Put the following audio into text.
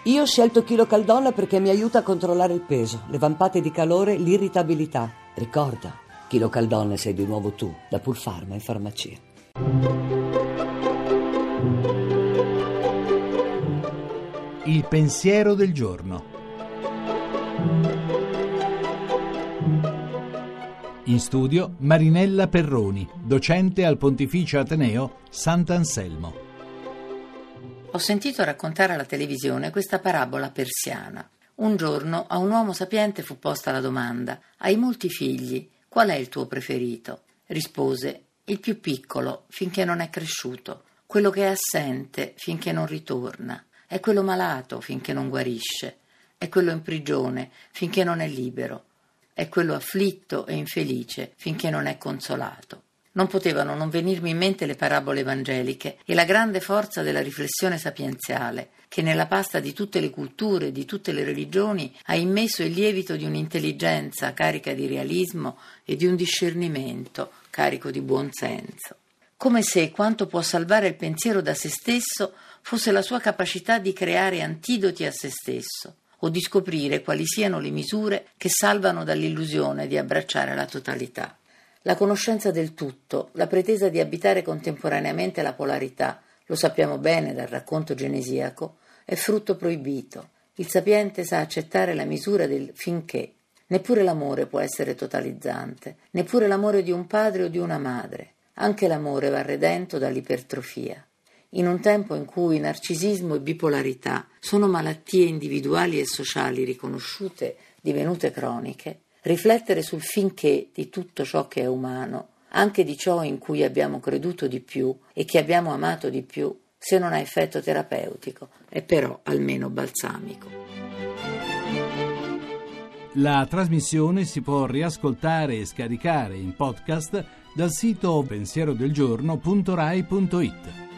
Io ho scelto KiloCaldon perché mi aiuta a controllare il peso, le vampate di calore, l'irritabilità. Ricorda, KiloCaldon sei di nuovo tu, da Pulpharma in farmacia. Il pensiero del giorno. In studio Marinella Perroni, docente al Pontificio Ateneo Sant'Anselmo. Ho sentito raccontare alla televisione questa parabola persiana. Un giorno a un uomo sapiente fu posta la domanda: hai molti figli, qual è il tuo preferito? Rispose: il più piccolo finché non è cresciuto, quello che è assente finché non ritorna, è quello malato finché non guarisce, è quello in prigione finché non è libero, è quello afflitto e infelice finché non è consolato. Non potevano non venirmi in mente le parabole evangeliche e la grande forza della riflessione sapienziale, che nella pasta di tutte le culture, di tutte le religioni, ha immesso il lievito di un'intelligenza carica di realismo e di un discernimento carico di buon senso. Come se quanto può salvare il pensiero da se stesso fosse la sua capacità di creare antidoti a se stesso, o di scoprire quali siano le misure che salvano dall'illusione di abbracciare la totalità. La conoscenza del tutto, la pretesa di abitare contemporaneamente la polarità, lo sappiamo bene dal racconto genesiaco, è frutto proibito. Il sapiente sa accettare la misura del finché. Neppure l'amore può essere totalizzante, neppure l'amore di un padre o di una madre. Anche l'amore va redento dall'ipertrofia. In un tempo in cui narcisismo e bipolarità sono malattie individuali e sociali riconosciute, divenute croniche, riflettere sul finché di tutto ciò che è umano, anche di ciò in cui abbiamo creduto di più e che abbiamo amato di più, se non ha effetto terapeutico, è però almeno balsamico. La trasmissione si può riascoltare e scaricare in podcast dal sito pensierodelgiorno.rai.it.